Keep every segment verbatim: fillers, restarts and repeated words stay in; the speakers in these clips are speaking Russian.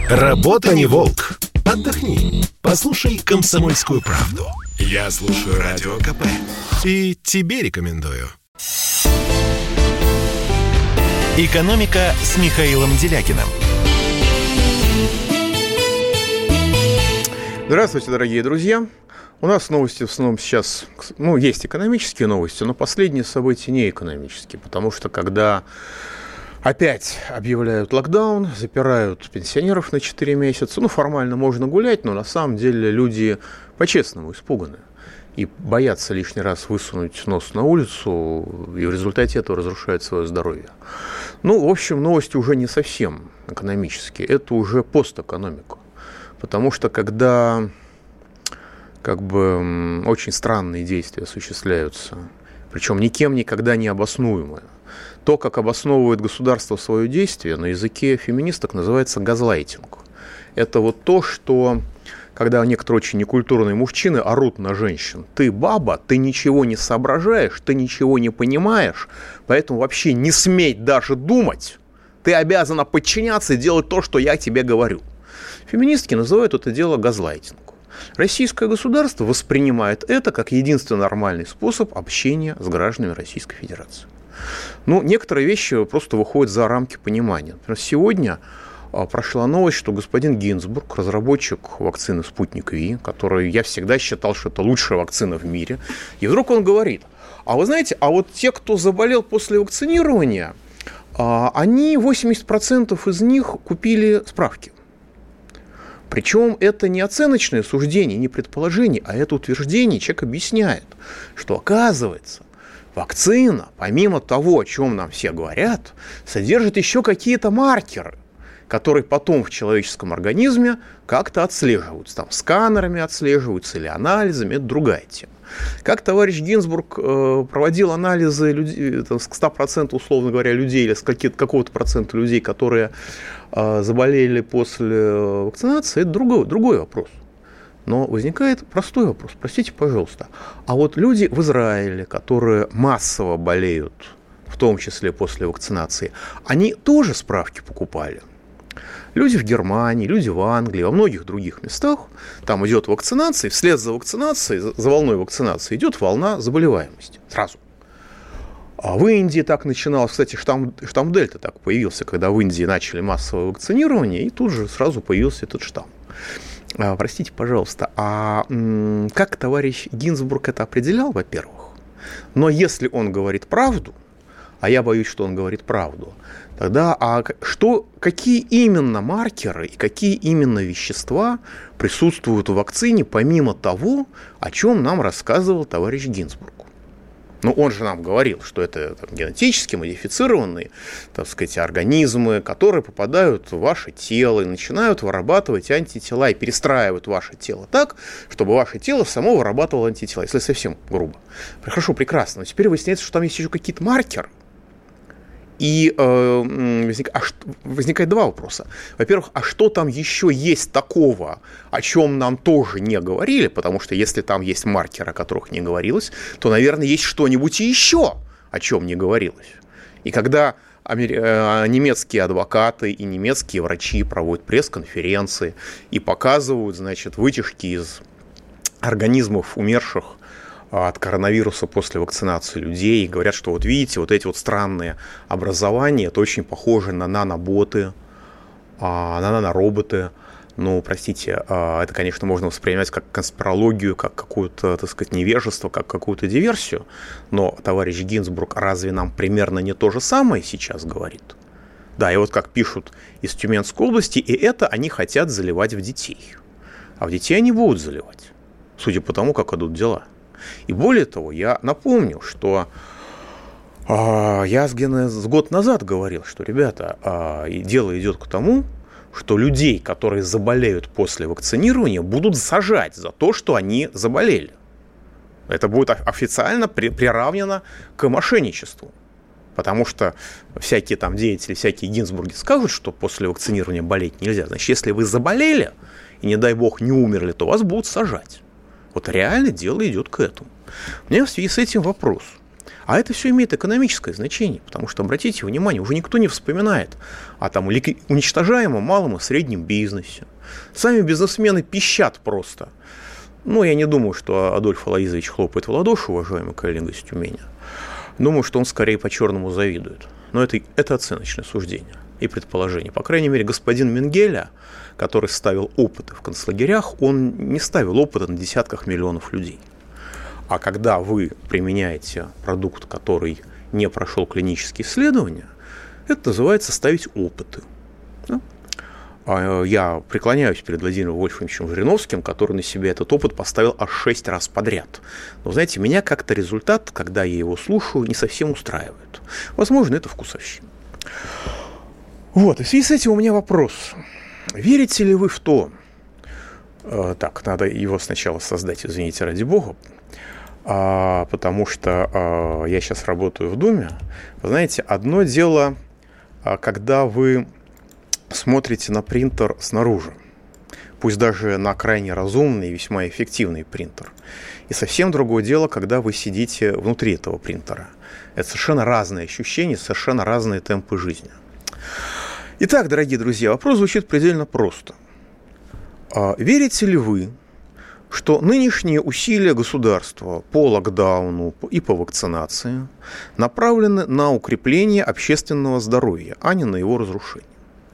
Работа не волк. Отдохни. Послушай «Комсомольскую правду». Я слушаю Радио КП. И тебе рекомендую. «Экономика» с Михаилом Делякиным. Здравствуйте, дорогие друзья. У нас новости в основном сейчас, ну, есть экономические новости, но последние события не экономические, потому что когда опять объявляют локдаун, запирают пенсионеров на четыре месяца, ну, формально можно гулять, но на самом деле люди по-честному испуганы и боятся лишний раз высунуть нос на улицу, и в результате этого разрушают свое здоровье. Ну, в общем, новости уже не совсем экономические, это уже постэкономика, потому что когда как бы очень странные действия осуществляются, причем никем никогда не обоснуемые. То, как обосновывает государство свое действие, на языке феминисток называется газлайтинг. Это вот то, что, когда некоторые очень некультурные мужчины орут на женщин: ты баба, ты ничего не соображаешь, ты ничего не понимаешь, поэтому вообще не смей даже думать, ты обязана подчиняться и делать то, что я тебе говорю. Феминистки называют это дело газлайтингом. Российское государство воспринимает это как единственный нормальный способ общения с гражданами Российской Федерации. Ну, некоторые вещи просто выходят за рамки понимания. Например, сегодня прошла новость, что господин Гинзбург, разработчик вакцины «Спутник Ви», которую я всегда считал, что это лучшая вакцина в мире, и вдруг он говорит: а вы знаете, а вот те, кто заболел после вакцинирования, они, восемьдесят процентов из них купили справки. Причем это не оценочное суждение, не предположение, а это утверждение. Человек объясняет, что, оказывается, вакцина, помимо того, о чем нам все говорят, содержит еще какие-то маркеры, которые потом в человеческом организме как-то отслеживаются. Там сканерами отслеживаются или анализами, это другая тема. Как товарищ Гинзбург э, проводил анализы людей, там, с ста процентов, условно говоря, людей, или с какого-то процента людей, которые э, заболели после вакцинации, это другой, другой вопрос. Но возникает простой вопрос. Простите, пожалуйста, а вот люди в Израиле, которые массово болеют, в том числе после вакцинации, они тоже справки покупали? Люди в Германии, люди в Англии, во многих других местах, там идет вакцинация, и вслед за вакцинацией, за волной вакцинации идет волна заболеваемости сразу. А в Индии так начиналось, кстати, штамм, штамм Дельта так появился, когда в Индии начали массовое вакцинирование, и тут же сразу появился этот штамм. А, простите, пожалуйста, а м- как товарищ Гинзбург это определял, во-первых? Но если он говорит правду, а я боюсь, что он говорит правду, тогда а что, какие именно маркеры и какие именно вещества присутствуют в вакцине, помимо того, о чем нам рассказывал товарищ Гинзбург? Ну, он же нам говорил, что это там, генетически модифицированные, так сказать, организмы, которые попадают в ваше тело и начинают вырабатывать антитела и перестраивают ваше тело так, чтобы ваше тело само вырабатывало антитела, если совсем грубо. Хорошо, прекрасно. Но теперь выясняется, что там есть еще какие-то маркеры. И э, возник, а что, возникает два вопроса. Во-первых, а что там еще есть такого, о чем нам тоже не говорили? Потому что если там есть маркеры, о которых не говорилось, то, наверное, есть что-нибудь еще, о чем не говорилось. И когда амер... э, немецкие адвокаты и немецкие врачи проводят пресс-конференции и показывают, значит, вытяжки из организмов умерших от коронавируса после вакцинации людей, и говорят, что вот видите, вот эти вот странные образования, это очень похоже на наноботы, на нанороботы. Ну, простите, это, конечно, можно воспринимать как конспирологию, как какое-то, так сказать, невежество, как какую-то диверсию, но товарищ Гинзбург разве нам примерно не то же самое сейчас говорит? Да, и вот как пишут из Тюменской области, и это они хотят заливать в детей. А в детей они будут заливать, судя по тому, как идут дела. И более того, я напомню, что э, я с, с год назад говорил, что, ребята, э, дело идет к тому, что людей, которые заболеют после вакцинирования, будут сажать за то, что они заболели. Это будет официально при, приравнено к мошенничеству. Потому что всякие там деятели, всякие Гинзбурги скажут, что после вакцинирования болеть нельзя. Значит, если вы заболели и, не дай бог, не умерли, то вас будут сажать. Вот реально дело идет к этому. У меня в связи с этим вопрос. А это все имеет экономическое значение, потому что, обратите внимание, уже никто не вспоминает о там, уничтожаемом малом и среднем бизнесе. Сами бизнесмены пищат просто. Ну, я не думаю, что Адольф Алоизович хлопает в ладоши, уважаемый коллега из Тюмени. Думаю, что он скорее по-черному завидует. Но это, это оценочное суждение и предположение. По крайней мере, господин Менгеле, который ставил опыты в концлагерях, он не ставил опыты на десятках миллионов людей. А когда вы применяете продукт, который не прошел клинические исследования, это называется ставить опыты. Я преклоняюсь перед Владимиром Вольфовичем Жириновским, который на себе этот опыт поставил аж шесть раз подряд. Но, знаете, меня как-то результат, когда я его слушаю, не совсем устраивает. Возможно, это вкусовщина. Вот, и в связи с этим у меня вопрос. Верите ли вы в то... Так, надо его сначала создать, извините, ради бога, потому что я сейчас работаю в Думе. Вы знаете, одно дело, когда вы смотрите на принтер снаружи, пусть даже на крайне разумный и весьма эффективный принтер. И совсем другое дело, когда вы сидите внутри этого принтера. Это совершенно разные ощущения, совершенно разные темпы жизни. Итак, дорогие друзья, вопрос звучит предельно просто. Верите ли вы, что нынешние усилия государства по локдауну и по вакцинации направлены на укрепление общественного здоровья, а не на его разрушение?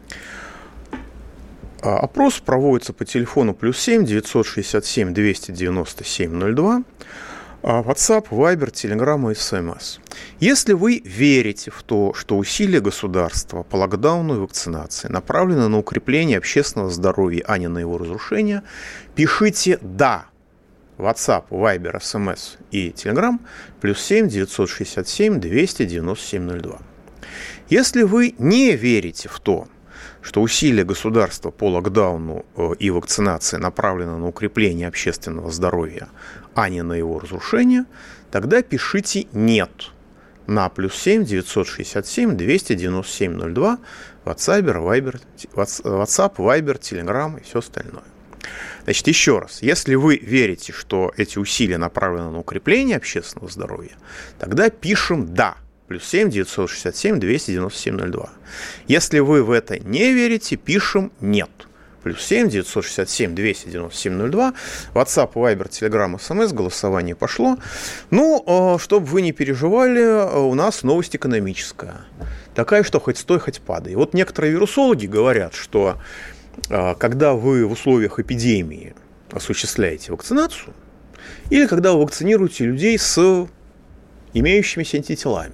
Опрос проводится по телефону плюс семь девятьсот шестьдесят семь двести девяносто семь ноль два, WhatsApp, Viber, Telegram и эс эм эс. Если вы верите в то, что усилия государства по локдауну и вакцинации направлены на укрепление общественного здоровья, а не на его разрушение, пишите «да». WhatsApp, Viber, эс эм эс и Telegram плюс семь девятьсот шестьдесят семь двести девяносто семь ноль два. Если вы не верите в то, что усилия государства по локдауну и вакцинации направлены на укрепление общественного здоровья, а не на его разрушение, тогда пишите «нет» на плюс семь девятьсот шестьдесят семь двести девяносто семь ноль два, WhatsApp, Viber, WhatsApp, Viber, Telegram и все остальное. Значит, еще раз, если вы верите, что эти усилия направлены на укрепление общественного здоровья, тогда пишем «да». Плюс семь девятьсот шестьдесят семь двести девяносто семь ноль два. Если вы в это не верите, пишем «нет». Плюс семь девятьсот шестьдесят семь двести девяносто семь ноль два. WhatsApp, Viber, Telegram, эс эм эс. Голосование пошло. Ну, чтобы вы не переживали, у нас новость экономическая. Такая, что хоть стой, хоть падай. Вот некоторые вирусологи говорят, что когда вы в условиях эпидемии осуществляете вакцинацию, или когда вы вакцинируете людей с имеющимися антителами,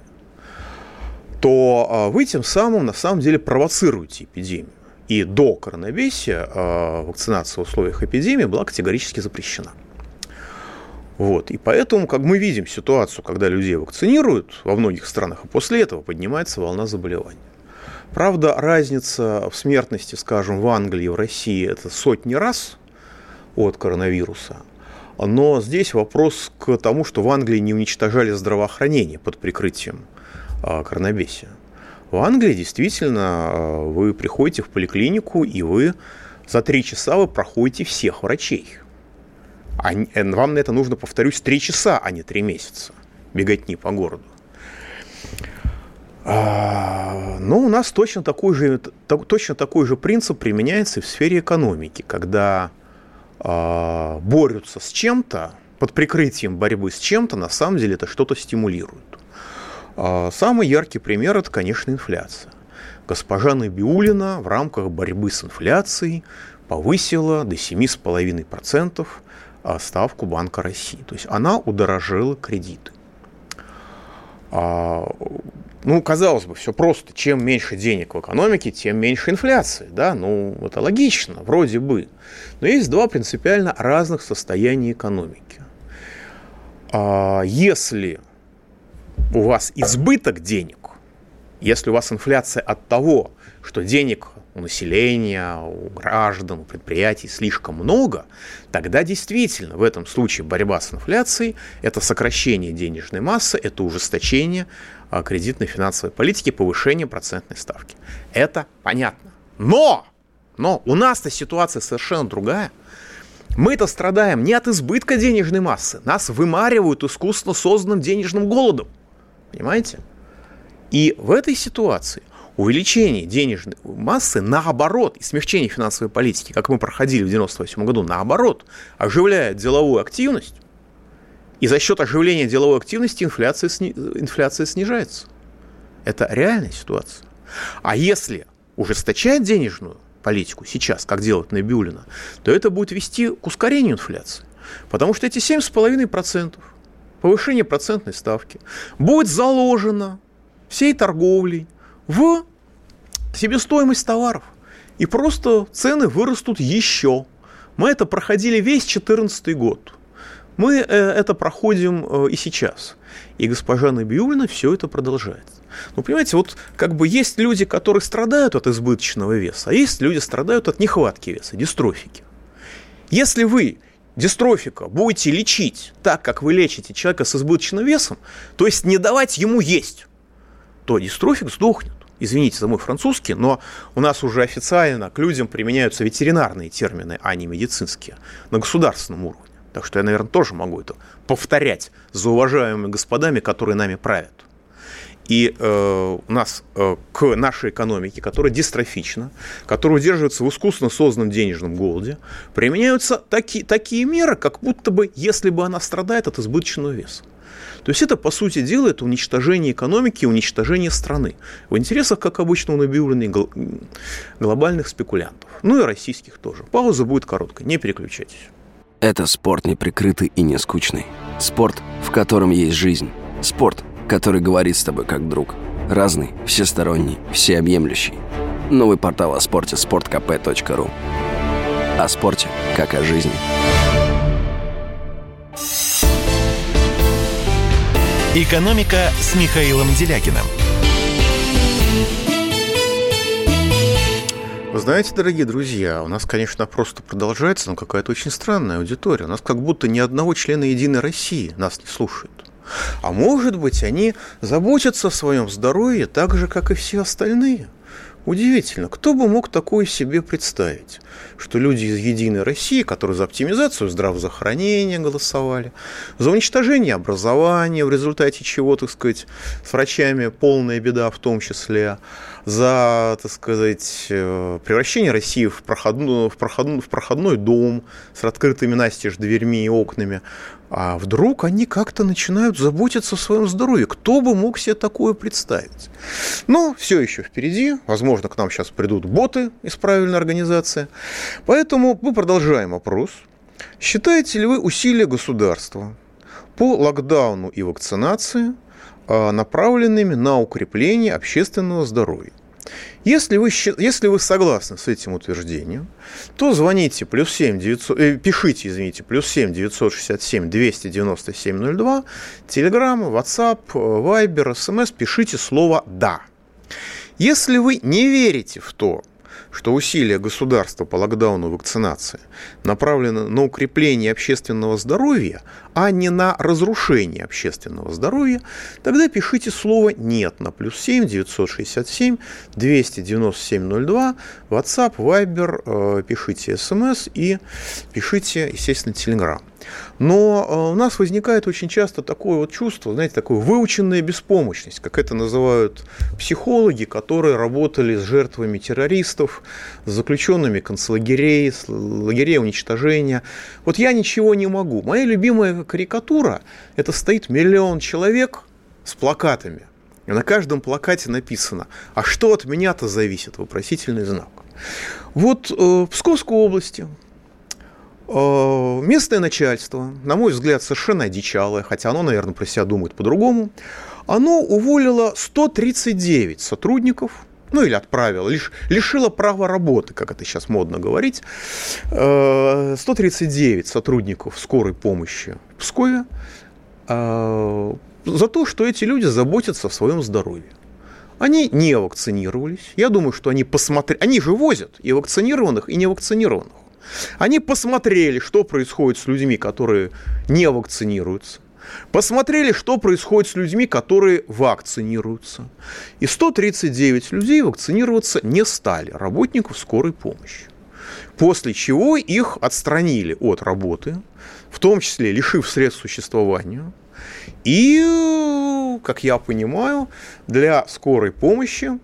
то вы тем самым на самом деле провоцируете эпидемию. И до коронавируса вакцинация в условиях эпидемии была категорически запрещена. Вот. И поэтому, как мы видим ситуацию, когда людей вакцинируют во многих странах, и после этого поднимается волна заболеваний. Правда, разница в смертности, скажем, в Англии и в России это сотни раз от коронавируса. Но здесь вопрос к тому, что в Англии не уничтожали здравоохранение под прикрытием коронавируса. В Англии действительно вы приходите в поликлинику, и вы за три часа вы проходите всех врачей. А вам на это нужно, повторюсь, три часа, а не три месяца беготни по городу. Но у нас точно такой же, точно такой же принцип применяется и в сфере экономики, когда борются с чем-то, под прикрытием борьбы с чем-то, на самом деле это что-то стимулирует. Самый яркий пример – это, конечно, инфляция. Госпожа Набиуллина в рамках борьбы с инфляцией повысила до семь целых пять десятых процента ставку Банка России. То есть она удорожила кредиты. Ну, казалось бы, все просто. Чем меньше денег в экономике, тем меньше инфляции. Да? Ну, это логично, вроде бы. Но есть два принципиально разных состояния экономики. Если у вас избыток денег, если у вас инфляция от того, что денег у населения, у граждан, у предприятий слишком много, тогда действительно в этом случае борьба с инфляцией – это сокращение денежной массы, это ужесточение кредитной финансовой политики, повышение процентной ставки. Это понятно. Но, но у нас-то ситуация совершенно другая. Мы-то страдаем не от избытка денежной массы, нас вымаривают искусственно созданным денежным голодом. Понимаете? И в этой ситуации увеличение денежной массы, наоборот, и смягчение финансовой политики, как мы проходили в девяносто восьмом году, наоборот, оживляет деловую активность, и за счет оживления деловой активности инфляция, сни... инфляция снижается. Это реальная ситуация. А если ужесточать денежную политику сейчас, как делает Набиуллина, то это будет вести к ускорению инфляции. Потому что эти семь целых пять десятых процента повышение процентной ставки будет заложено всей торговлей в себестоимость товаров. И просто цены вырастут еще. Мы это проходили весь две тысячи четырнадцатый год. Мы это проходим и сейчас. И госпожа Набиуллина все это продолжает. Ну, понимаете, вот как бы есть люди, которые страдают от избыточного веса, а есть люди, которые страдают от нехватки веса, дистрофики. Если вы дистрофика будете лечить так, как вы лечите человека с избыточным весом, то есть не давать ему есть, то дистрофик сдохнет. Извините за мой французский, но у нас уже официально к людям применяются ветеринарные термины, а не медицинские, на государственном уровне. Так что я, наверное, тоже могу это повторять за уважаемыми господами, которые нами правят. И э, у нас э, к нашей экономике, которая дистрофична, которая удерживается в искусственно созданном денежном голоде, применяются таки, такие меры, как будто бы, если бы она страдает от избыточного веса. То есть это, по сути дела, это уничтожение экономики и уничтожение страны. В интересах, как обычно, у Набиуллиной глобальных спекулянтов. Ну и российских тоже. Пауза будет короткой, не переключайтесь. Это спорт неприкрытый и не скучный. Спорт, в котором есть жизнь. Спорт, который говорит с тобой как друг. Разный, всесторонний, всеобъемлющий. Новый портал о спорте – спорт кэ пэ точка ру. О спорте, как о жизни. «Экономика» с Михаилом Делякиным. Вы знаете, дорогие друзья, у нас, конечно, просто продолжается, но какая-то очень странная аудитория. У нас как будто ни одного члена «Единой России» нас не слушают. А может быть, они заботятся о своем здоровье так же, как и все остальные. Удивительно, кто бы мог такое себе представить, что люди из «Единой России», которые за оптимизацию здравоохранения голосовали, за уничтожение образования, в результате чего, так сказать, с врачами полная беда в том числе, за, так сказать, превращение России в проходной, в проходной, в проходной дом с открытыми настежь дверьми и окнами, а вдруг они как-то начинают заботиться о своем здоровье. Кто бы мог себе такое представить? Но все еще впереди. Возможно, к нам сейчас придут боты из правильной организации. Поэтому мы продолжаем опрос. Считаете ли вы усилия государства по локдауну и вакцинации направленными на укрепление общественного здоровья? Если вы, если вы согласны с этим утверждением, то звоните плюс семь девятьсот, э, пишите, извините, плюс семь девятьсот шестьдесят семь двести девяносто семь ноль два, Телеграм, Ватсап, Вайбер, СМС, пишите слово «да». Если вы не верите в то, что усилия государства по локдауну и вакцинации направлены на укрепление общественного здоровья, а не на разрушение общественного здоровья, тогда пишите слово «нет» на плюс семь девятьсот шестьдесят семь двести девяносто семь ноль два, WhatsApp, Viber, пишите смс и пишите, естественно, Telegram. Но у нас возникает очень часто такое вот чувство, знаете, такое выученная беспомощность, как это называют психологи, которые работали с жертвами террористов, с заключенными концлагерей, с лагерей уничтожения. Вот я ничего не могу. Моя любимая карикатура – это стоит миллион человек с плакатами. И на каждом плакате написано: «А что от меня-то зависит?» Вопросительный знак. Вот э, в Псковской области местное начальство, на мой взгляд, совершенно одичалое, хотя оно, наверное, про себя думает по-другому, оно уволило сто тридцать девять сотрудников, ну или отправило, лиш, лишило права работы, как это сейчас модно говорить, сто тридцать девять сотрудников скорой помощи в Пскове за то, что эти люди заботятся о своем здоровье. Они не вакцинировались. Я думаю, что они посмотрели, они же возят и вакцинированных, и невакцинированных. Они посмотрели, что происходит с людьми, которые не вакцинируются. Посмотрели, что происходит с людьми, которые вакцинируются. И сто тридцать девять людей вакцинироваться не стали, работников скорой помощи. После чего их отстранили от работы, в том числе лишив средств существования. И, как я понимаю, для скорой помощи,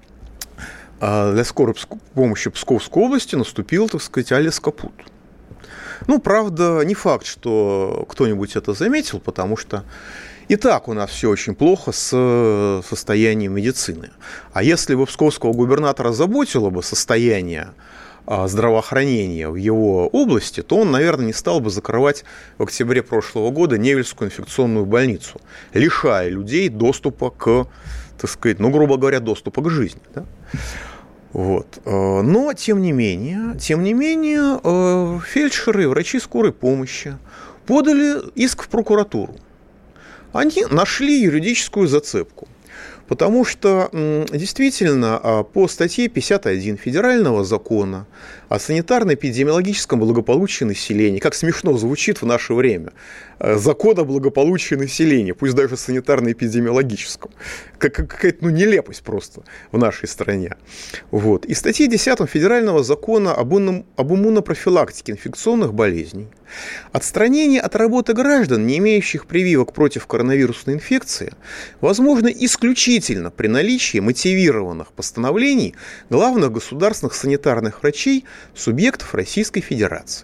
для скорой помощи Псковской области наступил, так сказать, алис капут. Ну, правда, не факт, что кто-нибудь это заметил, потому что и так у нас все очень плохо с состоянием медицины. А если бы псковского губернатора заботило бы состояние здравоохранения в его области, то он, наверное, не стал бы закрывать в октябре прошлого года Невельскую инфекционную больницу, лишая людей доступа к, так сказать, ну, грубо говоря, доступа к жизни. Да? Вот. Но, тем не менее, тем не менее, фельдшеры и врачи скорой помощи подали иск в прокуратуру. Они нашли юридическую зацепку. Потому что действительно по статье пятьдесят один Федерального закона о санитарно-эпидемиологическом благополучии населения, как смешно звучит в наше время, закон о благополучии населения, пусть даже санитарно-эпидемиологическом, какая-то ну, нелепость просто в нашей стране. Вот. И статье десятой Федерального закона об, иммун... об иммунопрофилактике инфекционных болезней отстранение от работы граждан, не имеющих прививок против коронавирусной инфекции, возможно исключительно при наличии мотивированных постановлений главных государственных санитарных врачей субъектов Российской Федерации.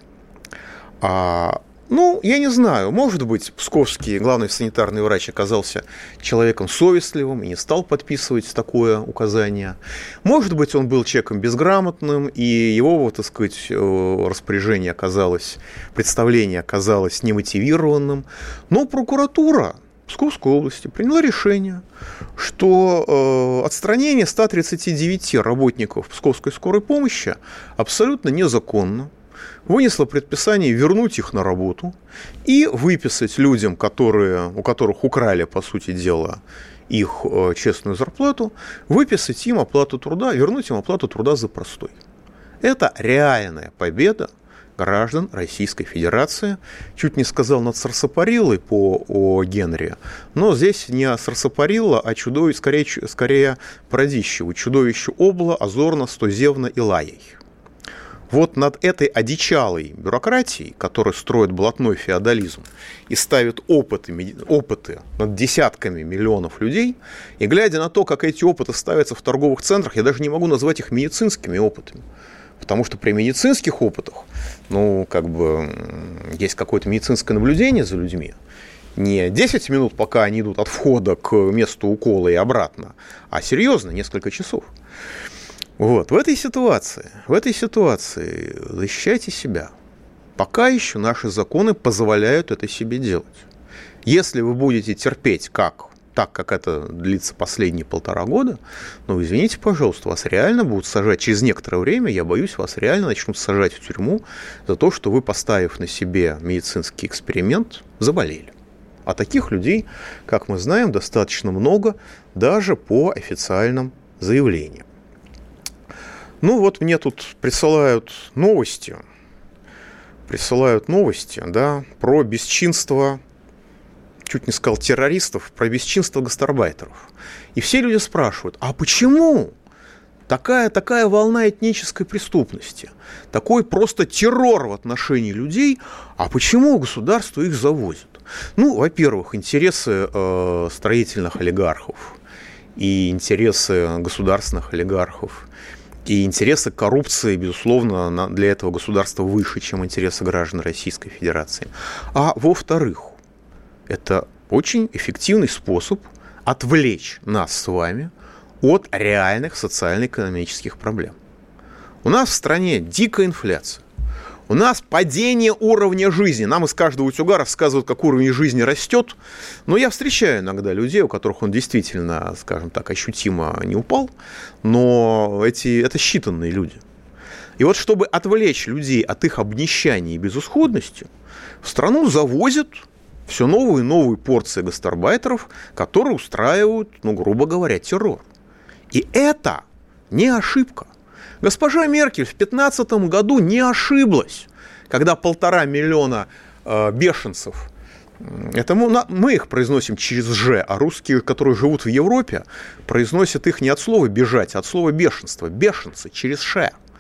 А, ну, я не знаю, может быть, псковский главный санитарный врач оказался человеком совестливым и не стал подписывать такое указание. Может быть, он был человеком безграмотным, и его, так сказать, распоряжение оказалось, представление оказалось немотивированным. Но прокуратура Псковской области приняла решение, что э, отстранение ста тридцати девяти работников Псковской скорой помощи абсолютно незаконно, вынесла предписание вернуть их на работу и выписать людям, которые, у которых украли, по сути дела, их э, честную зарплату, выписать им оплату труда, вернуть им оплату труда за простой. Это реальная победа граждан Российской Федерации. Чуть не сказал над Сарсапариллой по о Генри, но здесь не Сарсапарилла, а чудовище, скорее, скорее Радищево, чудовище Обла, Озорно, Стозевна и Лаей. Вот над этой одичалой бюрократией, которая строит блатной феодализм и ставит опыты, опыты над десятками миллионов людей, и глядя на то, как эти опыты ставятся в торговых центрах, я даже не могу назвать их медицинскими опытами. Потому что при медицинских опытах, ну, как бы, есть какое-то медицинское наблюдение за людьми. Не десять минут, пока они идут от входа к месту укола и обратно, а серьезно, несколько часов. Вот, в этой ситуации, в этой ситуации защищайте себя. Пока еще наши законы позволяют это себе делать. Если вы будете терпеть как так, как это длится последние полтора года, ну, извините, пожалуйста, вас реально будут сажать через некоторое время, я боюсь, вас реально начнут сажать в тюрьму за то, что вы, поставив на себе медицинский эксперимент, заболели. А таких людей, как мы знаем, достаточно много, даже по официальным заявлениям. Ну, вот мне тут присылают новости, присылают новости, да, про бесчинство, чуть не сказал террористов, про бесчинство гастарбайтеров. И все люди спрашивают, а почему такая, такая волна этнической преступности, такой просто террор в отношении людей, а почему государство их завозит? Ну, во-первых, интересы э, строительных олигархов и интересы государственных олигархов, и интересы коррупции, безусловно, для этого государства выше, чем интересы граждан Российской Федерации. А во-вторых, это очень эффективный способ отвлечь нас с вами от реальных социально-экономических проблем. У нас в стране дикая инфляция. У нас падение уровня жизни. Нам из каждого утюга рассказывают, как уровень жизни растет. Но я встречаю иногда людей, у которых он действительно, скажем так, ощутимо не упал. Но эти, это считанные люди. И вот чтобы отвлечь людей от их обнищания и безысходности, в страну завозят все новые и новые порции гастарбайтеров, которые устраивают, ну, грубо говоря, террор. И это не ошибка. Госпожа Меркель в две тысячи пятнадцатом году не ошиблась, когда полтора миллиона э, бешенцев, это мы, мы их произносим через «ж», а русские, которые живут в Европе, произносят их не от слова «бежать», а от слова «бешенство». Бешенцы через «ш».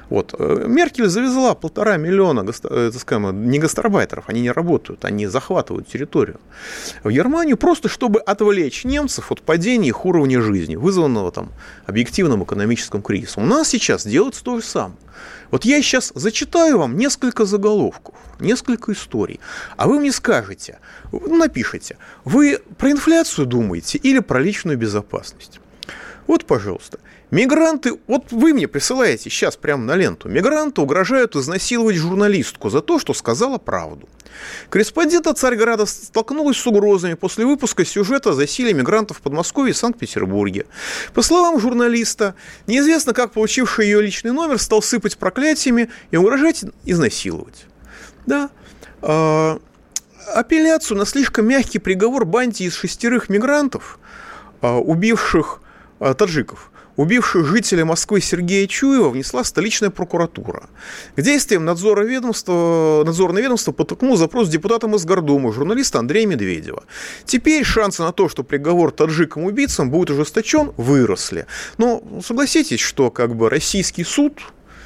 Вот. Меркель завезла полтора миллиона, так скажем, не гастарбайтеров, они не работают, они захватывают территорию в Германию, просто чтобы отвлечь немцев от падения их уровня жизни, вызванного там объективным экономическим кризисом. У нас сейчас делается то же самое. Вот я сейчас зачитаю вам несколько заголовков, несколько историй, а вы мне скажете, напишите, вы про инфляцию думаете или про личную безопасность? Вот, пожалуйста. Мигранты, вот вы мне присылаете сейчас прямо на ленту, мигранты угрожают изнасиловать журналистку за то, что сказала правду. Корреспондент Царьграда столкнулась с угрозами после выпуска сюжета о засилии мигрантов в Подмосковье и Санкт-Петербурге. По словам журналиста, неизвестно, как получивший ее личный номер стал сыпать проклятиями и угрожать изнасиловать. Да. А, апелляцию на слишком мягкий приговор банде из шестерых мигрантов, а, убивших а, таджиков, убивших жителя Москвы Сергея Чуева, внесла столичная прокуратура. К действиям надзора ведомства, надзорное ведомство подтолкнул запрос депутата Мосгордумы, журналиста Андрея Медведева. Теперь шансы на то, что приговор таджикам-убийцам будет ужесточен, выросли. Но согласитесь, что как бы российский суд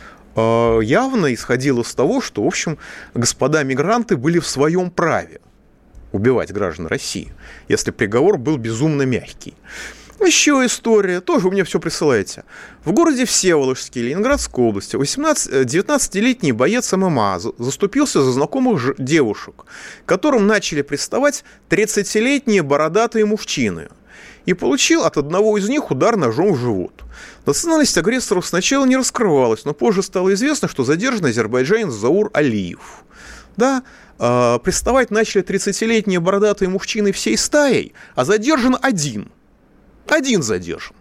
э, явно исходил из того, что, в общем, господа мигранты были в своем праве убивать граждан России, если приговор был безумно мягкий. Еще история, тоже вы мне все присылаете. В городе Всеволожске, Ленинградской области, девятнадцатилетний боец ММА заступился за знакомых девушек, которым начали приставать тридцатилетние бородатые мужчины, и получил от одного из них удар ножом в живот. Национальность агрессоров сначала не раскрывалась, но позже стало известно, что задержан азербайджанец Заур Алиев. Да, э, приставать начали тридцатилетние бородатые мужчины всей стаей, а задержан один. Один задержан.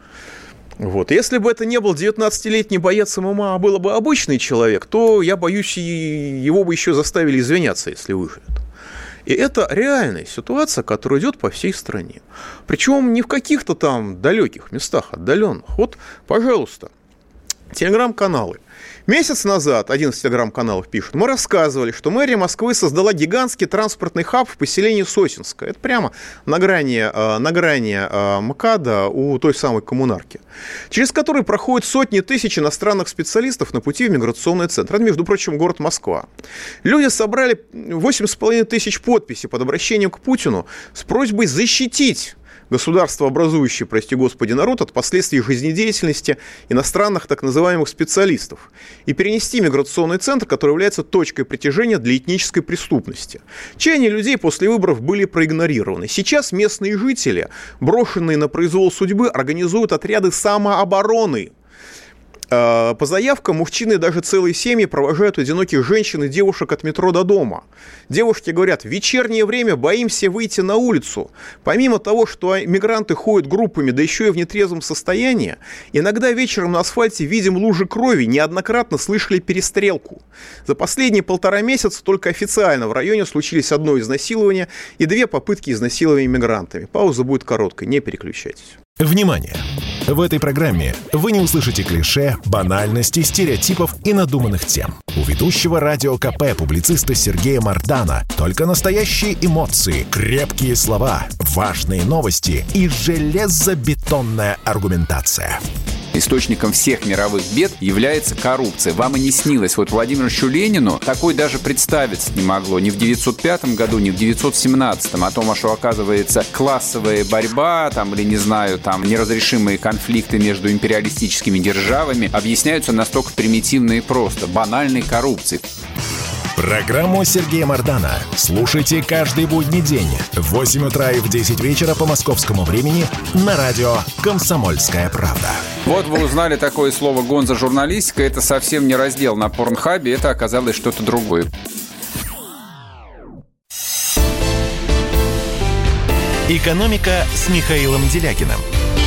Вот. Если бы это не был девятнадцатилетний боец ММА, а был бы обычный человек, то, я боюсь, его бы еще заставили извиняться, если выживет. И это реальная ситуация, которая идет по всей стране. Причем не в каких-то там далеких местах, отдаленных. Вот, пожалуйста, телеграм-каналы. Месяц назад, один из телеграм-каналов пишет, мы рассказывали, что мэрия Москвы создала гигантский транспортный хаб в поселении Сосинское. Это прямо на грани, на грани МКАДа у той самой коммунарки, через который проходят сотни тысяч иностранных специалистов на пути в миграционный центр. Это, между прочим, город Москва. Люди собрали восемь с половиной тысяч подписей под обращением к Путину с просьбой защитить государствообразующий, прости господи, народ от последствий жизнедеятельности иностранных так называемых специалистов и перенести миграционный центр, который является точкой притяжения для этнической преступности. Чаяния людей после выборов были проигнорированы. Сейчас местные жители, брошенные на произвол судьбы, организуют отряды самообороны. По заявкам мужчины даже целые семьи провожают одиноких женщин и девушек от метро до дома. Девушки говорят, в вечернее время боимся выйти на улицу. Помимо того, что мигранты ходят группами, да еще и в нетрезвом состоянии, иногда вечером на асфальте видим лужи крови, неоднократно слышали перестрелку. За последние полтора месяца только официально в районе случились одно изнасилование и две попытки изнасилования мигрантами. Пауза будет короткой, не переключайтесь. Внимание! В этой программе вы не услышите клише, банальностей, стереотипов и надуманных тем. У ведущего радио КП публициста Сергея Мардана только настоящие эмоции, крепкие слова, важные новости и железобетонная аргументация. Источником всех мировых бед является коррупция. Вам и не снилось. Вот Владимиру Ильичу Ленину такой даже представиться не могло. Ни в девятьсот пятом году, ни в девятьсот семнадцатом. О том, что, оказывается, классовая борьба, там, или, не знаю, там, неразрешимые конфликты между империалистическими державами объясняются настолько примитивно и просто. Банальной коррупцией. Программу Сергея Мардана слушайте каждый будний день в восемь утра и в десять вечера по московскому времени на радио «Комсомольская правда». Вот вы узнали такое слово «гонзо-журналистика». Это совсем не раздел на Порнхабе, это оказалось что-то другое. «Экономика» с Михаилом Делякиным.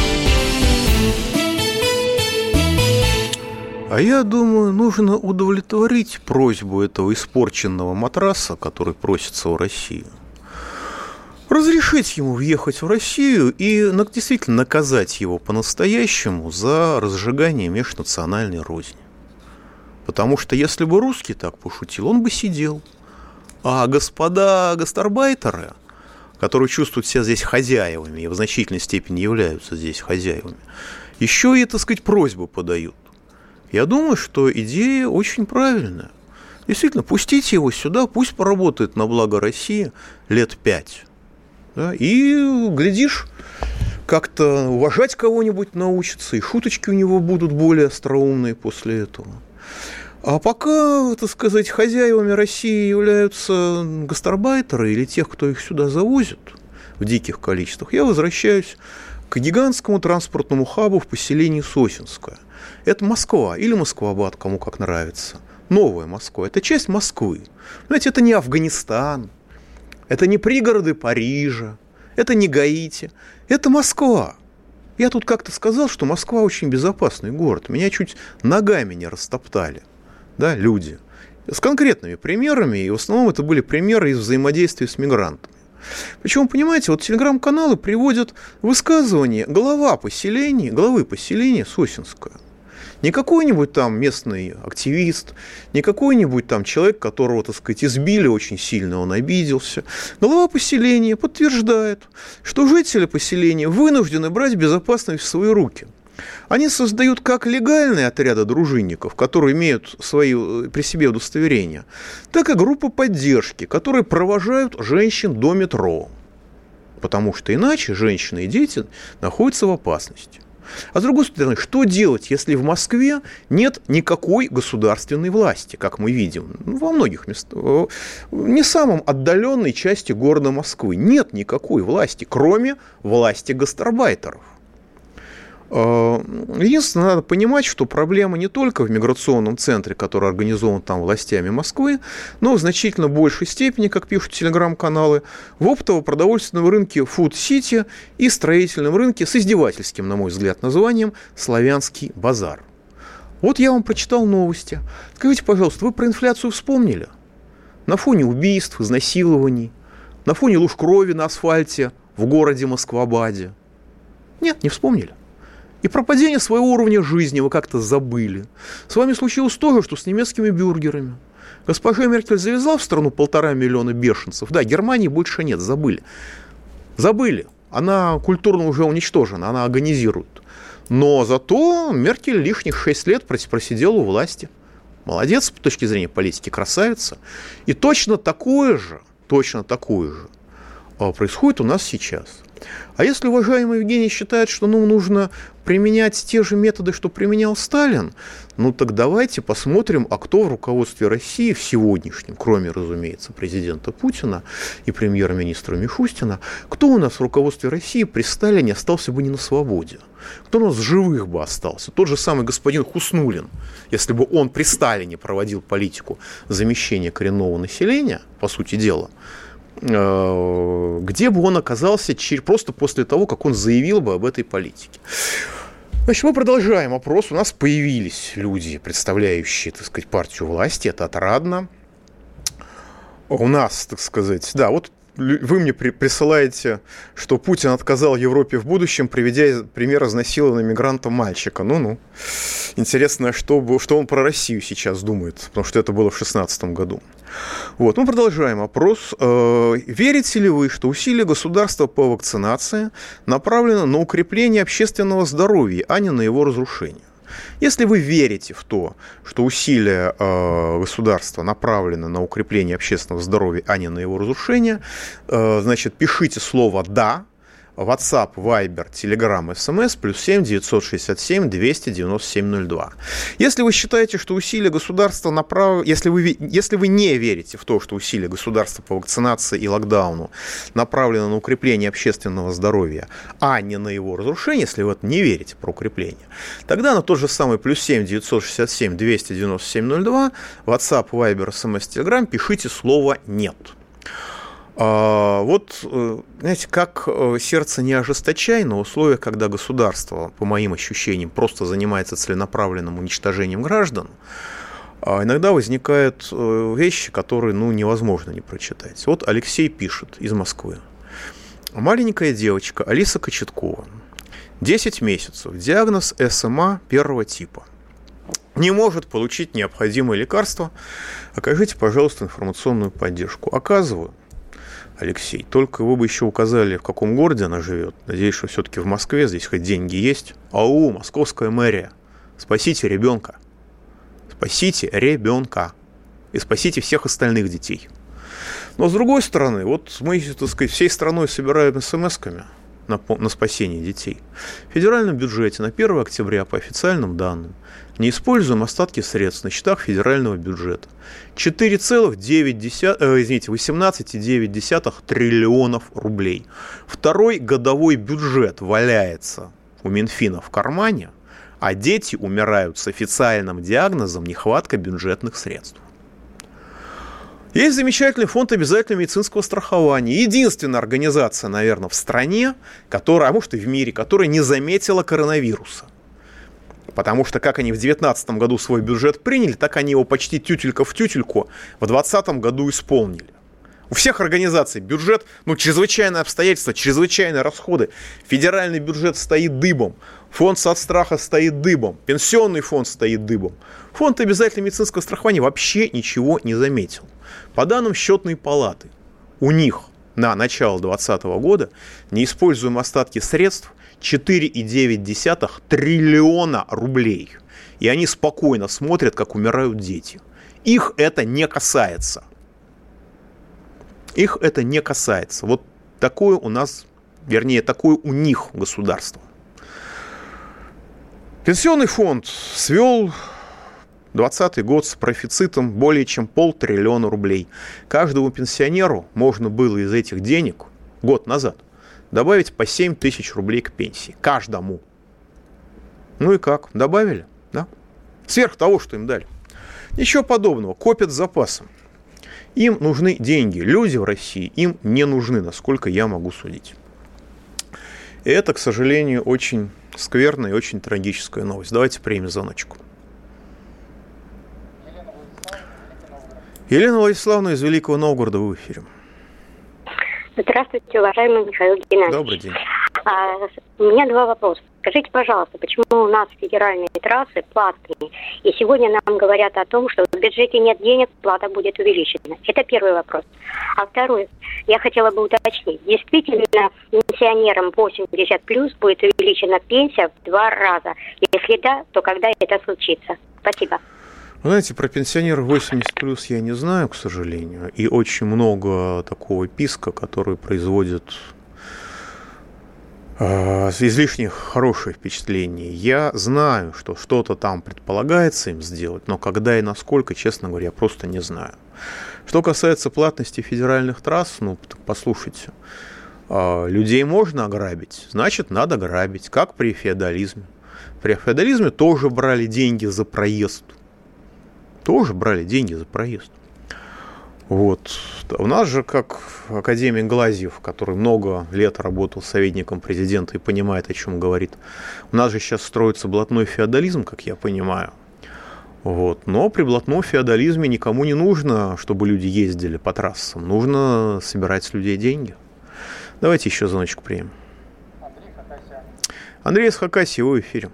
А я думаю, нужно удовлетворить просьбу этого испорченного матраса, который просится в Россию. Разрешить ему въехать в Россию и действительно наказать его по-настоящему за разжигание межнациональной розни. Потому что если бы русский так пошутил, он бы сидел. А господа гастарбайтеры, которые чувствуют себя здесь хозяевами и в значительной степени являются здесь хозяевами, еще и, так сказать, просьбу подают. Я думаю, что идея очень правильная. Действительно, пустите его сюда, пусть поработает на благо России лет пять. Да, и, глядишь, как-то уважать кого-нибудь научится, и шуточки у него будут более остроумные после этого. А пока, так сказать, хозяевами России являются гастарбайтеры или тех, кто их сюда завозит в диких количествах, я возвращаюсь к гигантскому транспортному хабу в поселении Сосенское. Это Москва или Москва-Бад, кому как нравится. Новая Москва. Это часть Москвы. Знаете, это не Афганистан, это не пригороды Парижа, это не Гаити, это Москва. Я тут как-то сказал, что Москва очень безопасный город. Меня чуть ногами не растоптали, да, люди. С конкретными примерами, и в основном это были примеры из взаимодействия с мигрантами. Причем, понимаете, вот телеграм-каналы приводят высказывание глава поселения, главы поселения Сосенское. Не какой-нибудь там местный активист, не какой-нибудь там человек, которого, так сказать, избили очень сильно, он обиделся. Глава поселения подтверждает, что жители поселения вынуждены брать безопасность в свои руки. Они создают как легальные отряды дружинников, которые имеют свои при себе удостоверения, так и группы поддержки, которые провожают женщин до метро. Потому что иначе женщины и дети находятся в опасности. А с другой стороны, что делать, если в Москве нет никакой государственной власти, как мы видим во многих местах, не самом отдаленной части города Москвы, нет никакой власти, кроме власти гастарбайтеров. Единственное, надо понимать, что проблема не только в миграционном центре, который организован там властями Москвы, но в значительно большей степени, как пишут телеграм-каналы, в оптово-продовольственном рынке Food City и строительном рынке с издевательским, на мой взгляд, названием «Славянский базар». Вот я вам прочитал новости. Скажите, пожалуйста, вы про инфляцию вспомнили? На фоне убийств, изнасилований, на фоне луж крови на асфальте в городе Москва-Баде? Нет, не вспомнили. И про падение своего уровня жизни вы как-то забыли. С вами случилось то же, что с немецкими бюргерами. Госпожа Меркель завезла в страну полтора миллиона бешенцев. Да, Германии больше нет, забыли. Забыли. Она культурно уже уничтожена, она агонизирует. Но зато Меркель лишних шесть лет просидела у власти. Молодец, с точки зрения политики, красавица. И точно такое же, точно такое же происходит у нас сейчас. А если уважаемый Евгений считает, что ну, нужно применять те же методы, что применял Сталин, ну так давайте посмотрим, а кто в руководстве России в сегодняшнем, кроме, разумеется, президента Путина и премьер-министра Мишустина, кто у нас в руководстве России при Сталине остался бы не на свободе? Кто у нас в живых бы остался? Тот же самый господин Хуснуллин, если бы он при Сталине проводил политику замещения коренного населения, по сути дела, где бы он оказался просто после того, как он заявил бы об этой политике. Значит, мы продолжаем опрос. У нас появились люди, представляющие, так сказать, партию власти. Это отрадно. У нас, так сказать, да, вот вы мне присылаете, что Путин отказал Европе в будущем, приведя пример изнасилованного мигранта мальчика. Ну-ну. Интересно, что, что он про Россию сейчас думает, потому что это было в шестнадцатом году. Вот, мы продолжаем опрос. Верите ли вы, что усилия государства по вакцинации направлены на укрепление общественного здоровья, а не на его разрушение? Если вы верите в то, что усилия государства направлены на укрепление общественного здоровья, а не на его разрушение, значит, пишите слово «да». WhatsApp, Viber, Telegram, эс эм эс, плюс семь девятьсот шестьдесят семь двести девяносто семь ноль два. Если вы считаете, что усилия государства направлены, если вы, если вы не верите в то, что усилия государства по вакцинации и локдауну направлены на укрепление общественного здоровья, а не на его разрушение, если вы не верите про укрепление, тогда на тот же самый плюс семь девятьсот шестьдесят семь двести девяносто семь ноль два, WhatsApp, Viber, эс эм эс, Telegram, пишите слово «нет». А, вот, знаете, как сердце не ожесточай, но в условиях, когда государство, по моим ощущениям, просто занимается целенаправленным уничтожением граждан, иногда возникают вещи, которые ну, невозможно не прочитать. Вот Алексей пишет из Москвы. Маленькая девочка Алиса Кочеткова, десять месяцев, диагноз эс эм а первого типа. Не может получить необходимые лекарства. Окажите, пожалуйста, информационную поддержку. Оказываю. Алексей, только вы бы еще указали, в каком городе она живет. Надеюсь, что все-таки в Москве, здесь хоть деньги есть. Ау, московская мэрия, спасите ребенка. Спасите ребенка и спасите всех остальных детей. Но с другой стороны, вот мы, так сказать, всей страной собираем смс-ками на, на спасение детей. В федеральном бюджете на первое октября, по официальным данным, не используем остатки средств на счетах федерального бюджета. четыре целых восемнадцать целых девять десятых триллионов рублей. Второй годовой бюджет валяется у Минфина в кармане, а дети умирают с официальным диагнозом нехватка бюджетных средств. Есть замечательный фонд обязательного медицинского страхования. Единственная организация, наверное, в стране, которая, а может и в мире, которая не заметила коронавируса. Потому что как они в две тысячи девятнадцатом году свой бюджет приняли, так они его почти тютелька в тютельку в две тысячи двадцатом году исполнили. У всех организаций бюджет, ну, чрезвычайные обстоятельства, чрезвычайные расходы. Федеральный бюджет стоит дыбом, фонд соцстраха стоит дыбом, пенсионный фонд стоит дыбом. Фонд обязательного медицинского страхования вообще ничего не заметил. По данным счетной палаты, у них на начало две тысячи двадцатого года неиспользуемые остатки средств четыре целых девять десятых триллиона рублей. И они спокойно смотрят, как умирают дети. Их это не касается. Их это не касается. Вот такое у нас, вернее, такое у них государство. Пенсионный фонд свел двадцатый год с профицитом более чем полтриллиона рублей. Каждому пенсионеру можно было из этих денег год назад добавить по семь тысяч рублей к пенсии. Каждому. Ну и как? Добавили? Да? Сверх того, что им дали. Ничего подобного. Копят с запасом. Им нужны деньги. Люди в России им не нужны, насколько я могу судить. И это, к сожалению, очень скверная и очень трагическая новость. Давайте примем звоночку. Елена Владиславовна из Великого Новгорода, вы в эфире. Здравствуйте, уважаемый Михаил Геннадьевич. Добрый день. А, у меня два вопроса. Скажите, пожалуйста, почему у нас федеральные трассы платные? И сегодня нам говорят о том, что в бюджете нет денег, плата будет увеличена. Это первый вопрос. А второй, я хотела бы уточнить. Действительно, пенсионерам восемьдесят плюс будет увеличена пенсия в два раза? Если да, то когда это случится? Спасибо. Вы знаете, про пенсионеров восемьдесят плюс я не знаю, к сожалению. И очень много такого писка, который производит э, излишне хорошее впечатление. Я знаю, что что-то там предполагается им сделать, но когда и насколько, честно говоря, я просто не знаю. Что касается платности федеральных трасс, ну, послушайте, э, людей можно ограбить, значит, надо грабить, как при феодализме. При феодализме тоже брали деньги за проезд. Тоже брали деньги за проезд. Вот. У нас же, как академик Глазьев, который много лет работал советником президента и понимает, о чем говорит, у нас же сейчас строится блатной феодализм, как я понимаю. Вот. Но при блатном феодализме никому не нужно, чтобы люди ездили по трассам. Нужно собирать с людей деньги. Давайте еще звоночек примем. Андрей Хакасия. Андрей из Хакасии, вы в эфире.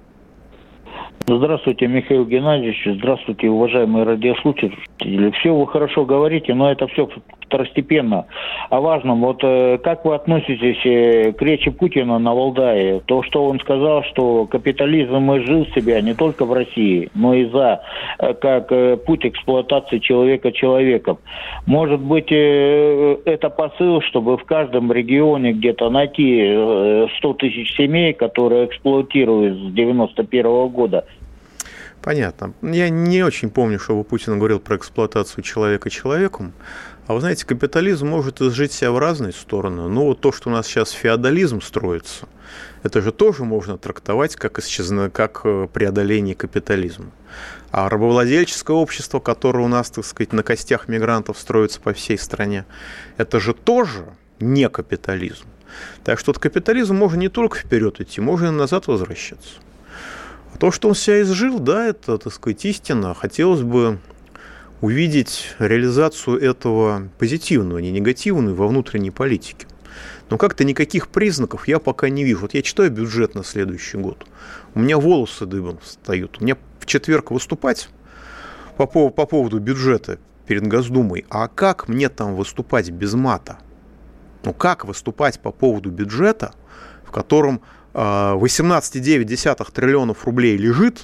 Здравствуйте, Михаил Геннадьевич. Здравствуйте, уважаемые радиослушатели. Все вы хорошо говорите, но это все второстепенно. О важном, вот как вы относитесь к речи Путина на Валдае? То, что он сказал, что капитализм изжил себя не только в России, но и за как путь эксплуатации человека человеком. Может быть, это посыл, чтобы в каждом регионе где-то найти сто тысяч семей, которые эксплуатируют с девяносто первого года. Понятно. Я не очень помню, чтобы Путин говорил про эксплуатацию человека человеком. А вы знаете, капитализм может изжить себя в разные стороны. Но вот то, что у нас сейчас феодализм строится, это же тоже можно трактовать как, исчезна... как преодоление капитализма. А рабовладельческое общество, которое у нас, так сказать, на костях мигрантов строится по всей стране, это же тоже не капитализм. Так что от капитализма можно не только вперед идти, можно и назад возвращаться. А то, что он себя изжил, да, это, так сказать, истина. Хотелось бы увидеть реализацию этого позитивного, не негативную во внутренней политике. Но как-то никаких признаков я пока не вижу. Вот я читаю бюджет на следующий год, у меня волосы дыбом встают. У меня в четверг выступать по, по, по поводу бюджета перед Госдумой. А как мне там выступать без мата? Ну, как выступать по поводу бюджета, в котором восемнадцать целых девять десятых триллионов рублей лежит,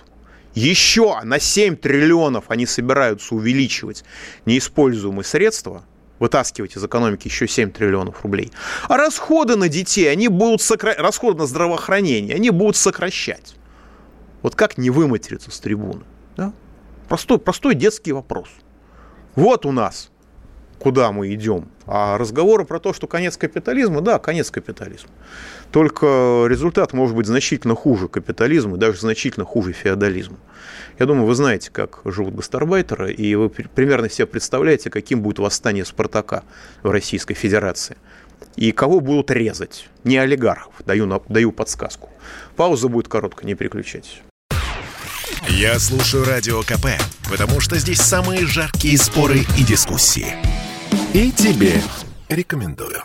еще на семь триллионов они собираются увеличивать неиспользуемые средства, вытаскивать из экономики еще семь триллионов рублей. А расходы на детей, они будут сокра... расходы на здравоохранение, они будут сокращать. Вот как не выматериться с трибуны? Да? Простой, простой детский вопрос. Вот у нас, куда мы идем. А разговоры про то, что конец капитализма, да, конец капитализма. Только результат может быть значительно хуже капитализма, даже значительно хуже феодализма. Я думаю, вы знаете, как живут гастарбайтеры, и вы примерно себе представляете, каким будет восстание Спартака в Российской Федерации. И кого будут резать? Не олигархов, даю, даю подсказку. Пауза будет короткая, не переключайтесь. Я слушаю Радио КП, потому что здесь самые жаркие споры и дискуссии. И тебе рекомендую.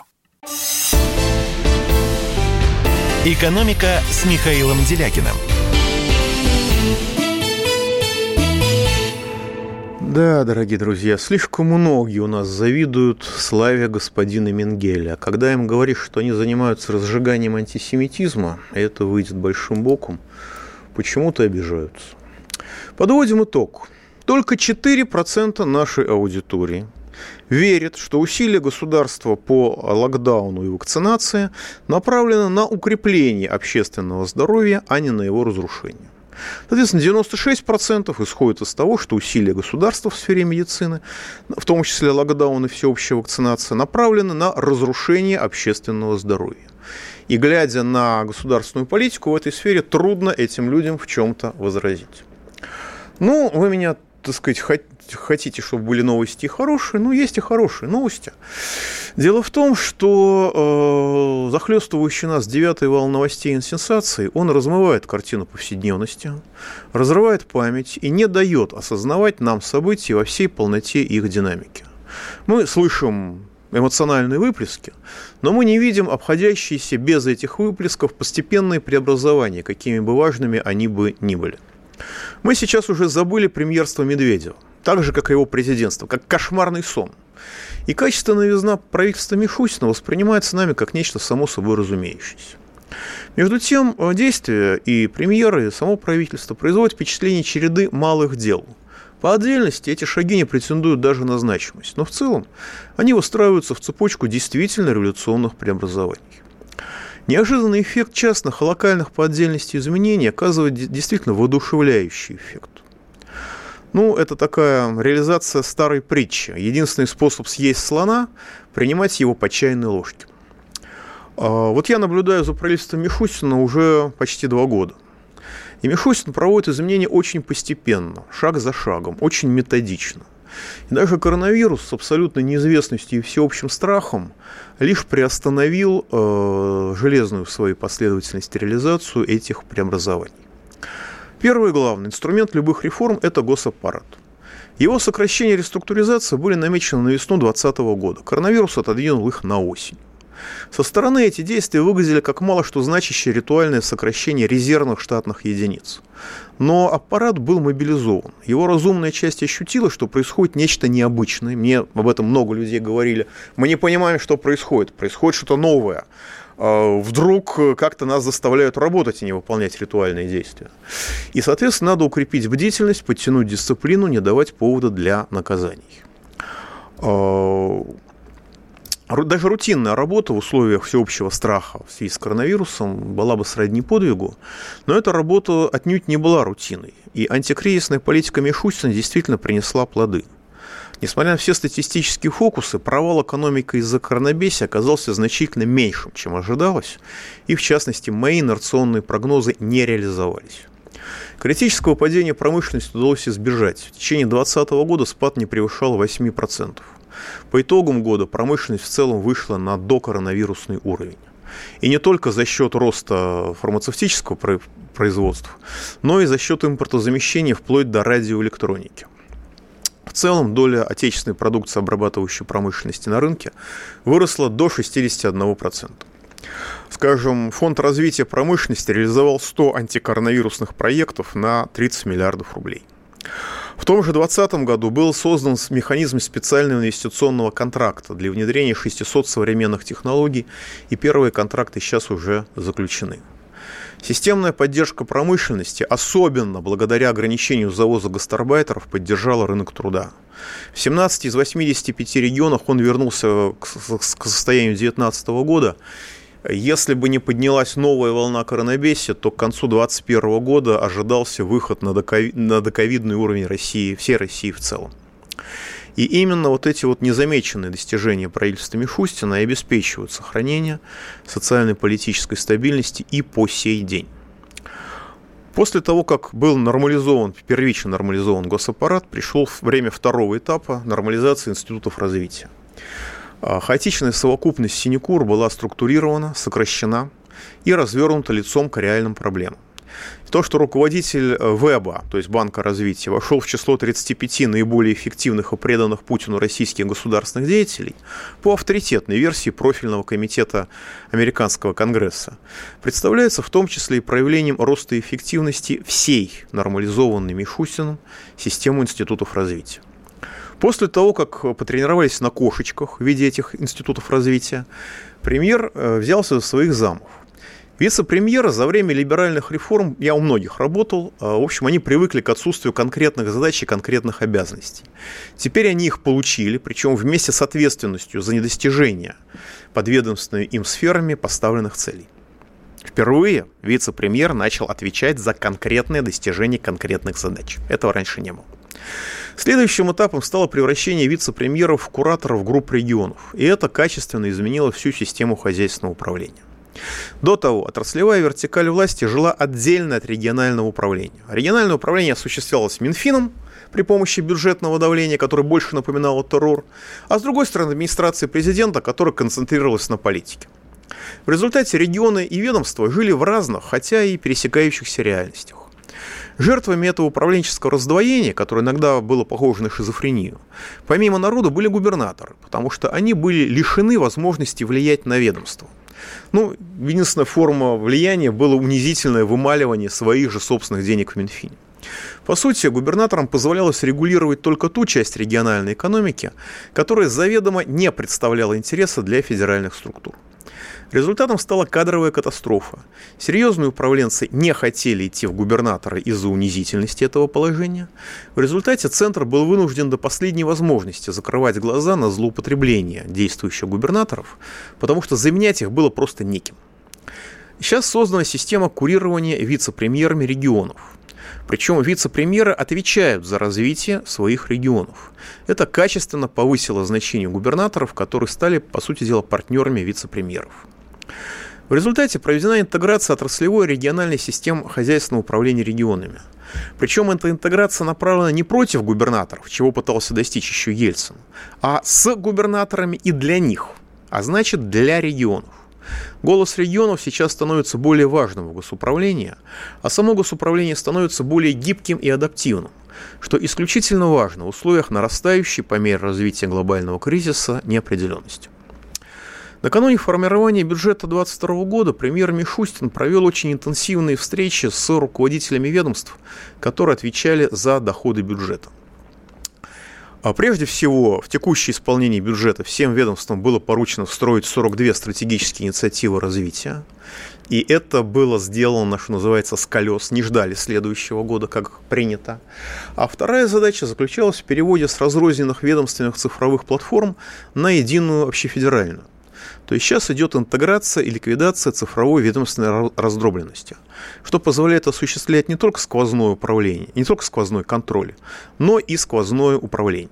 «Экономика» с Михаилом Делякиным. Да, дорогие друзья, слишком многие у нас завидуют славе господина Менгеля. Когда им говоришь, что они занимаются разжиганием антисемитизма, и это выйдет большим боком, почему-то обижаются. Подводим итог. Только четыре процента нашей аудитории верит, что усилия государства по локдауну и вакцинации направлены на укрепление общественного здоровья, а не на его разрушение. Соответственно, девяносто шесть процентов исходит из того, что усилия государства в сфере медицины, в том числе локдаун и всеобщая вакцинация, направлены на разрушение общественного здоровья. И глядя на государственную политику в этой сфере, трудно этим людям в чем-то возразить. Ну, вы меня, так сказать, хотите, чтобы были новости хорошие, ну, есть и хорошие новости. Дело в том, что э, захлестывающий нас девятый вал новостей и сенсаций, он размывает картину повседневности, разрывает память и не дает осознавать нам события во всей полноте их динамики. Мы слышим эмоциональные выплески, но мы не видим обходящиеся без этих выплесков постепенные преобразования, какими бы важными они бы ни были. Мы сейчас уже забыли премьерство Медведева, так же, как и его президентство, как кошмарный сон. И качественная новизна правительства Мишустина воспринимается нами как нечто само собой разумеющееся. Между тем, действия и премьеры, и само правительство производят впечатление череды малых дел. По отдельности эти шаги не претендуют даже на значимость, но в целом они выстраиваются в цепочку действительно революционных преобразований. Неожиданный эффект частных и локальных по отдельности изменений оказывает действительно воодушевляющий эффект. Ну, это такая реализация старой притчи. Единственный способ съесть слона – принимать его по чайной ложке. Вот я наблюдаю за правительством Мишустина уже почти два года. И Мишустин проводит изменения очень постепенно, шаг за шагом, очень методично. И даже коронавирус с абсолютной неизвестностью и всеобщим страхом лишь приостановил э, железную в своей последовательности реализацию этих преобразований. Первый и главный инструмент любых реформ – это госаппарат. Его сокращение и реструктуризация были намечены на весну две тысячи двадцатого года. Коронавирус отодвинул их на осень. Со стороны эти действия выглядели как мало что значащее ритуальное сокращение резервных штатных единиц. Но аппарат был мобилизован. Его разумная часть ощутила, что происходит нечто необычное. Мне об этом много людей говорили. Мы не понимаем, что происходит. Происходит что-то новое. Вдруг как-то нас заставляют работать и не выполнять ритуальные действия. И, соответственно, надо укрепить бдительность, подтянуть дисциплину, не давать повода для наказаний. Даже рутинная работа в условиях всеобщего страха в связи с коронавирусом была бы сродни подвигу, но эта работа отнюдь не была рутиной, и антикризисная политика Мишустина действительно принесла плоды. Несмотря на все статистические фокусы, провал экономики из-за коронабесия оказался значительно меньшим, чем ожидалось, и, в частности, мои инерционные прогнозы не реализовались. Критического падения промышленности удалось избежать. В течение две тысячи двадцатого года спад не превышал восемь процентов. По итогам года промышленность в целом вышла на докоронавирусный уровень. И не только за счет роста фармацевтического производства, но и за счет импортозамещения вплоть до радиоэлектроники. В целом доля отечественной продукции обрабатывающей промышленности на рынке выросла до шестьдесят один процент. Скажем, Фонд развития промышленности реализовал сто антикоронавирусных проектов на тридцать миллиардов рублей. В том же двадцатом году был создан механизм специального инвестиционного контракта для внедрения шестисот современных технологий, и первые контракты сейчас уже заключены. Системная поддержка промышленности, особенно благодаря ограничению завоза гастарбайтеров, поддержала рынок труда. В семнадцати из восьмидесяти пяти регионах он вернулся к состоянию две тысячи девятнадцатого года. Если бы не поднялась новая волна коронабесия, то к концу две тысячи двадцать первого года ожидался выход на доковидный уровень России, всей России в целом. И именно вот эти вот незамеченные достижения правительства Мишустина и обеспечивают сохранение социально-политической стабильности и по сей день. После того, как был нормализован, первично нормализован госаппарат, пришло время второго этапа нормализации институтов развития. Хаотичная совокупность синекур была структурирована, сокращена и развернута лицом к реальным проблемам. То, что руководитель ВЭБа, то есть Банка развития, вошел в число тридцати пяти наиболее эффективных и преданных Путину российских государственных деятелей, по авторитетной версии профильного комитета Американского Конгресса, представляется в том числе и проявлением роста эффективности всей нормализованной Мишустиным системы институтов развития. После того, как потренировались на кошечках в виде этих институтов развития, премьер взялся за своих замов. Вице-премьеры за время либеральных реформ, я у многих работал, в общем, они привыкли к отсутствию конкретных задач и конкретных обязанностей. Теперь они их получили, причем вместе с ответственностью за недостижение подведомственными им сферами поставленных целей. Впервые вице-премьер начал отвечать за конкретное достижение конкретных задач. Этого раньше не было. Следующим этапом стало превращение вице-премьеров в кураторов групп регионов, и это качественно изменило всю систему хозяйственного управления. До того отраслевая вертикаль власти жила отдельно от регионального управления. Региональное управление осуществлялось Минфином при помощи бюджетного давления, которое больше напоминало террор, а с другой стороны администрация президента, которая концентрировалась на политике. В результате регионы и ведомства жили в разных, хотя и пересекающихся реальностях. Жертвами этого управленческого раздвоения, которое иногда было похоже на шизофрению, помимо народа были губернаторы, потому что они были лишены возможности влиять на ведомство. Ну, единственная форма влияния было унизительное вымаливание своих же собственных денег в Минфине. По сути, губернаторам позволялось регулировать только ту часть региональной экономики, которая заведомо не представляла интереса для федеральных структур. Результатом стала кадровая катастрофа. Серьезные управленцы не хотели идти в губернаторы из-за унизительности этого положения. В результате Центр был вынужден до последней возможности закрывать глаза на злоупотребление действующих губернаторов, потому что заменять их было просто неким. Сейчас создана система курирования вице-премьерами регионов. Причем вице-премьеры отвечают за развитие своих регионов. Это качественно повысило значение губернаторов, которые стали, по сути дела, партнерами вице-премьеров. В результате проведена интеграция отраслевой и региональной систем хозяйственного управления регионами. Причем эта интеграция направлена не против губернаторов, чего пытался достичь еще Ельцин, а с губернаторами и для них, а значит для регионов. Голос регионов сейчас становится более важным в госуправлении, а само госуправление становится более гибким и адаптивным, что исключительно важно в условиях нарастающей по мере развития глобального кризиса неопределенности. Накануне формирования бюджета две тысячи двадцать второго года премьер Мишустин провел очень интенсивные встречи с руководителями ведомств, которые отвечали за доходы бюджета. А прежде всего, в текущее исполнение бюджета всем ведомствам было поручено встроить сорок две стратегические инициативы развития. И это было сделано, что называется, с колес, не ждали следующего года, как принято. А вторая задача заключалась в переводе с разрозненных ведомственных цифровых платформ на единую общефедеральную. То есть сейчас идет интеграция и ликвидация цифровой ведомственной раздробленности, что позволяет осуществлять не только сквозное управление, не только сквозной контроль, но и сквозное управление.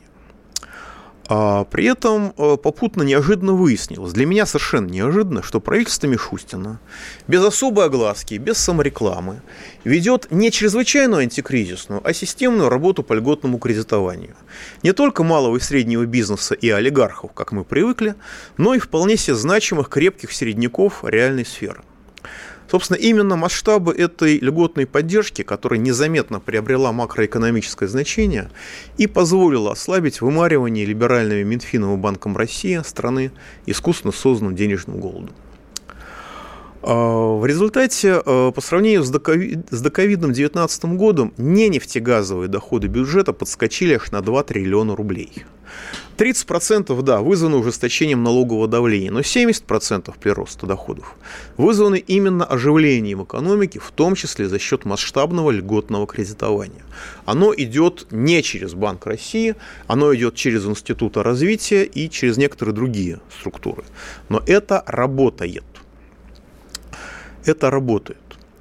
А при этом попутно неожиданно выяснилось, для меня совершенно неожиданно, что правительство Мишустина без особой огласки, без саморекламы ведет не чрезвычайную антикризисную, а системную работу по льготному кредитованию. Не только малого и среднего бизнеса и олигархов, как мы привыкли, но и вполне себе значимых крепких середняков реальной сферы. Собственно, именно масштабы этой льготной поддержки, которая незаметно приобрела макроэкономическое значение, и позволила ослабить вымаривание либеральными Минфином и Банком России страны искусственно созданным денежным голодом. В результате, по сравнению с доковидным две тысячи девятнадцатым годом, не нефтегазовые доходы бюджета подскочили аж на два триллиона рублей. тридцать процентов, да, вызвано ужесточением налогового давления, но семьдесят процентов прироста доходов вызваны именно оживлением экономики, в том числе за счет масштабного льготного кредитования. Оно идет не через Банк России, оно идет через Институт развития и через некоторые другие структуры. Но это работает. Это работает.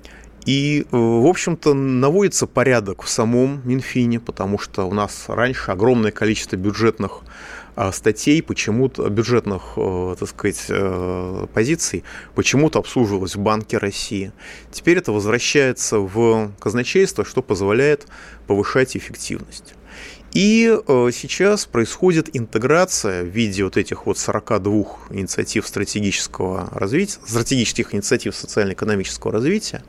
И, в общем-то, наводится порядок в самом Минфине, потому что у нас раньше огромное количество бюджетных статей, почему-то бюджетных, так сказать, позиций почему-то обслуживалось в Банке России. Теперь это возвращается в казначейство, что позволяет повышать эффективность. И сейчас происходит интеграция в виде вот этих вот сорока двух инициатив стратегического развития, стратегических инициатив социально-экономического развития.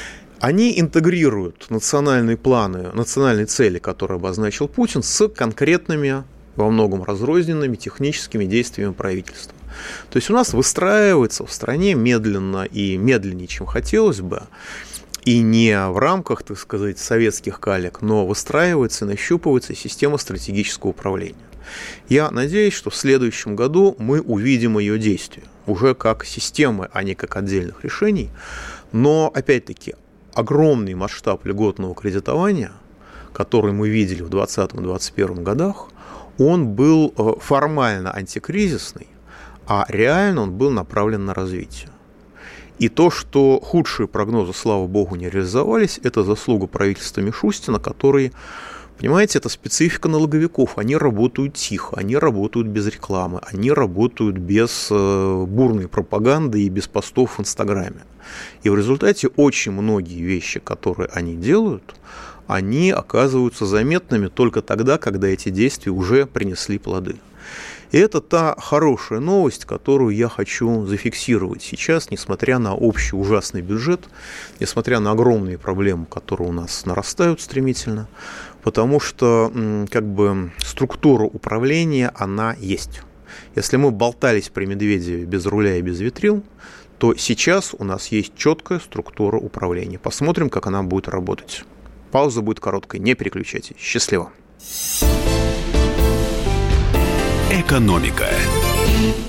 Они интегрируют национальные планы, национальные цели, которые обозначил Путин, с конкретными, во многом разрозненными техническими действиями правительства. То есть у нас выстраивается в стране медленно и медленнее, чем хотелось бы, и не в рамках, так сказать, советских калек, но выстраивается и нащупывается система стратегического управления. Я надеюсь, что в следующем году мы увидим ее действие уже как системы, а не как отдельных решений. Но, опять-таки, огромный масштаб льготного кредитования, который мы видели в двадцатом-двадцать первом годах, он был формально антикризисный, а реально он был направлен на развитие. И то, что худшие прогнозы, слава богу, не реализовались, это заслуга правительства Мишустина, который, понимаете, это специфика налоговиков. Они работают тихо, они работают без рекламы, они работают без бурной пропаганды и без постов в Инстаграме. И в результате очень многие вещи, которые они делают, они оказываются заметными только тогда, когда эти действия уже принесли плоды. И это та хорошая новость, которую я хочу зафиксировать сейчас, несмотря на общий ужасный бюджет, несмотря на огромные проблемы, которые у нас нарастают стремительно, потому что как бы структура управления, она есть. Если мы болтались при Медведеве без руля и без ветрил, то сейчас у нас есть четкая структура управления. Посмотрим, как она будет работать. Пауза будет короткой, не переключайтесь. Счастливо. Экономика.